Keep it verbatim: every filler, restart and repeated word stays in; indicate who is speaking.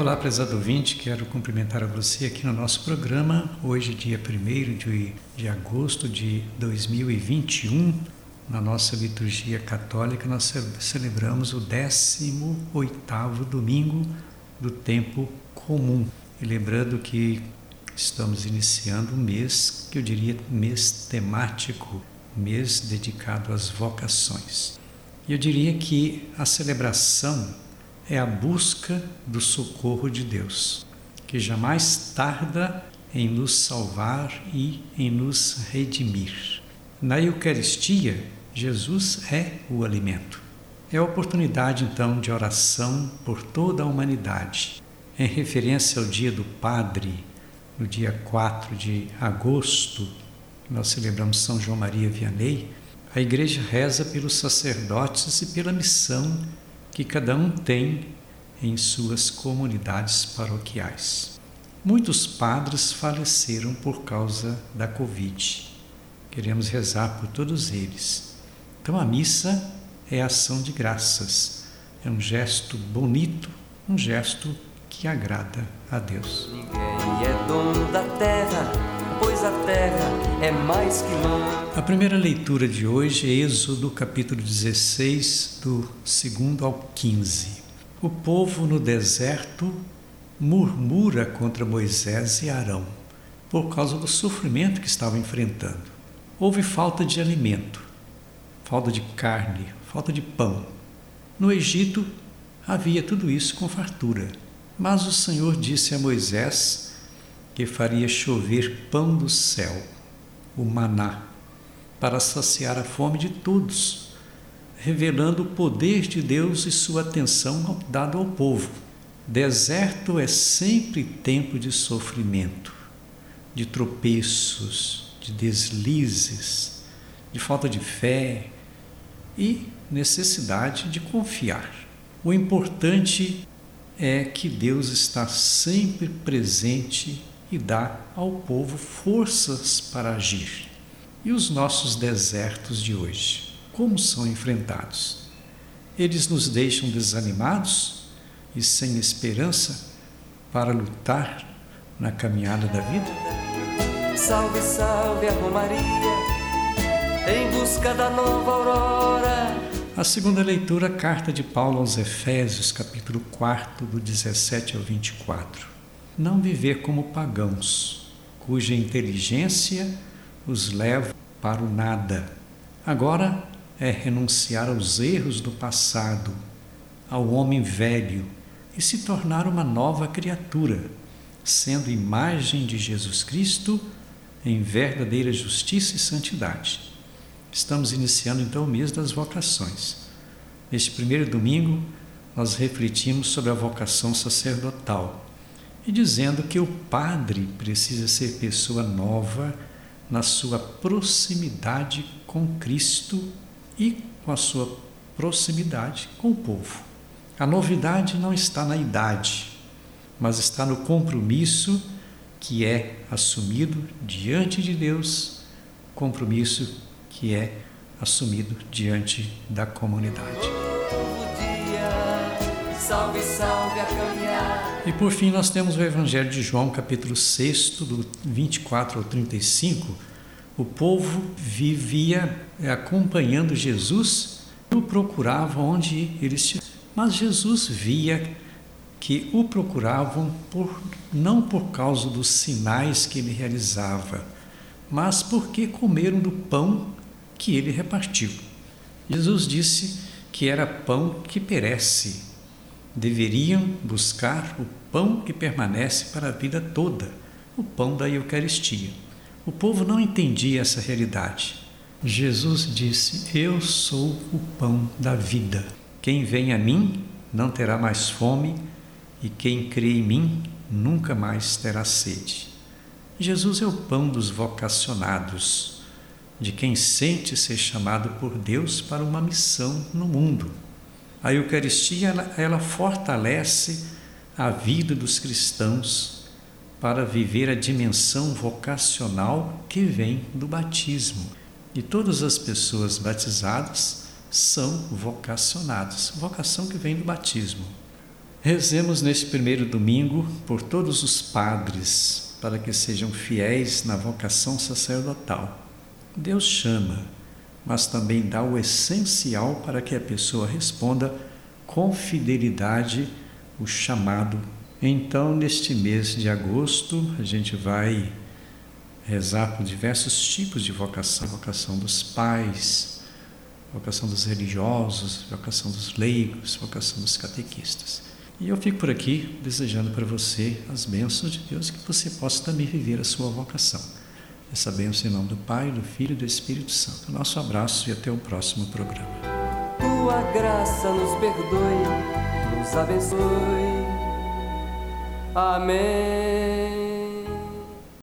Speaker 1: Olá, prezado ouvinte, quero cumprimentar a você aqui no nosso programa. Hoje, dia primeiro de, de agosto de dois mil e vinte e um, na nossa liturgia católica, nós celebramos o décimo oitavo domingo do tempo comum. E lembrando que estamos iniciando um mês, que eu diria mês temático, mês dedicado às vocações. E eu diria que a celebração é a busca do socorro de Deus, que jamais tarda em nos salvar e em nos redimir. Na Eucaristia, Jesus é o alimento. É a oportunidade, então, de oração por toda a humanidade. Em referência ao Dia do Padre, no dia quatro de agosto, nós celebramos São João Maria Vianney, a Igreja reza pelos sacerdotes e pela missão que cada um tem em suas comunidades paroquiais. Muitos padres faleceram por causa da Covid. Queremos rezar por todos eles. Então a missa é ação de graças. É um gesto bonito, um gesto que agrada a Deus.
Speaker 2: Ninguém é dono da terra, pois a terra é mais que mãe.
Speaker 1: A primeira leitura de hoje é Êxodo, capítulo dezesseis, do segundo ao quinze. O povo no deserto murmura contra Moisés e Arão, por causa do sofrimento que estavam enfrentando. Houve falta de alimento, falta de carne, falta de pão. No Egito havia tudo isso com fartura, mas o Senhor disse a Moisés que faria chover pão do céu, o maná, para saciar a fome de todos, revelando o poder de Deus e sua atenção dado ao povo. Deserto é sempre tempo de sofrimento, de tropeços, de deslizes, de falta de fé e necessidade de confiar. O importante é que Deus está sempre presente e dá ao povo forças para agir. E os nossos desertos de hoje, como são enfrentados? Eles nos deixam desanimados e sem esperança para lutar na caminhada da vida?
Speaker 2: Salve, salve a Romaria, em busca da nova aurora.
Speaker 1: A segunda leitura, carta de Paulo aos Efésios, capítulo quatro, do dezessete ao vinte e quatro. Não viver como pagãos, cuja inteligência os leva para o nada. Agora é renunciar aos erros do passado, ao homem velho, e se tornar uma nova criatura, sendo imagem de Jesus Cristo em verdadeira justiça e santidade. Estamos iniciando então o mês das vocações. Neste primeiro domingo, nós refletimos sobre a vocação sacerdotal e dizendo que o padre precisa ser pessoa nova na sua proximidade com Cristo e com a sua proximidade com o povo. A novidade não está na idade, mas está no compromisso que é assumido diante de Deus, compromisso que é assumido diante da comunidade.
Speaker 2: Salve, salve a caminhar.
Speaker 1: E por fim nós temos o Evangelho de João, capítulo seis, do vinte e quatro ao trinta e cinco. O povo vivia acompanhando Jesus e o procurava onde ele estivesse. Mas Jesus via que o procuravam por, não por causa dos sinais que ele realizava, mas porque comeram do pão que ele repartiu. Jesus disse que era pão que perece. Deveriam buscar o pão que permanece para a vida toda, o pão da Eucaristia. O povo não entendia essa realidade. Jesus disse: eu sou o pão da vida. Quem vem a mim não terá mais fome, e quem crê em mim nunca mais terá sede. Jesus é o pão dos vocacionados, de quem sente ser chamado por Deus para uma missão no mundo. A Eucaristia, ela, ela fortalece a vida dos cristãos para viver a dimensão vocacional que vem do batismo. E todas as pessoas batizadas são vocacionadas, vocação que vem do batismo. Rezemos neste primeiro domingo por todos os padres, para que sejam fiéis na vocação sacerdotal. Deus chama, mas também dá o essencial para que a pessoa responda com fidelidade o chamado. Então, neste mês de agosto, a gente vai rezar por diversos tipos de vocação. Vocação dos pais, vocação dos religiosos, vocação dos leigos, vocação dos catequistas. E eu fico por aqui desejando para você as bênçãos de Deus, que você possa também viver a sua vocação. Essa bênção em nome do Pai, do Filho e do Espírito Santo. Nosso abraço e até o próximo programa.
Speaker 2: Tua graça nos perdoe, nos abençoe. Amém.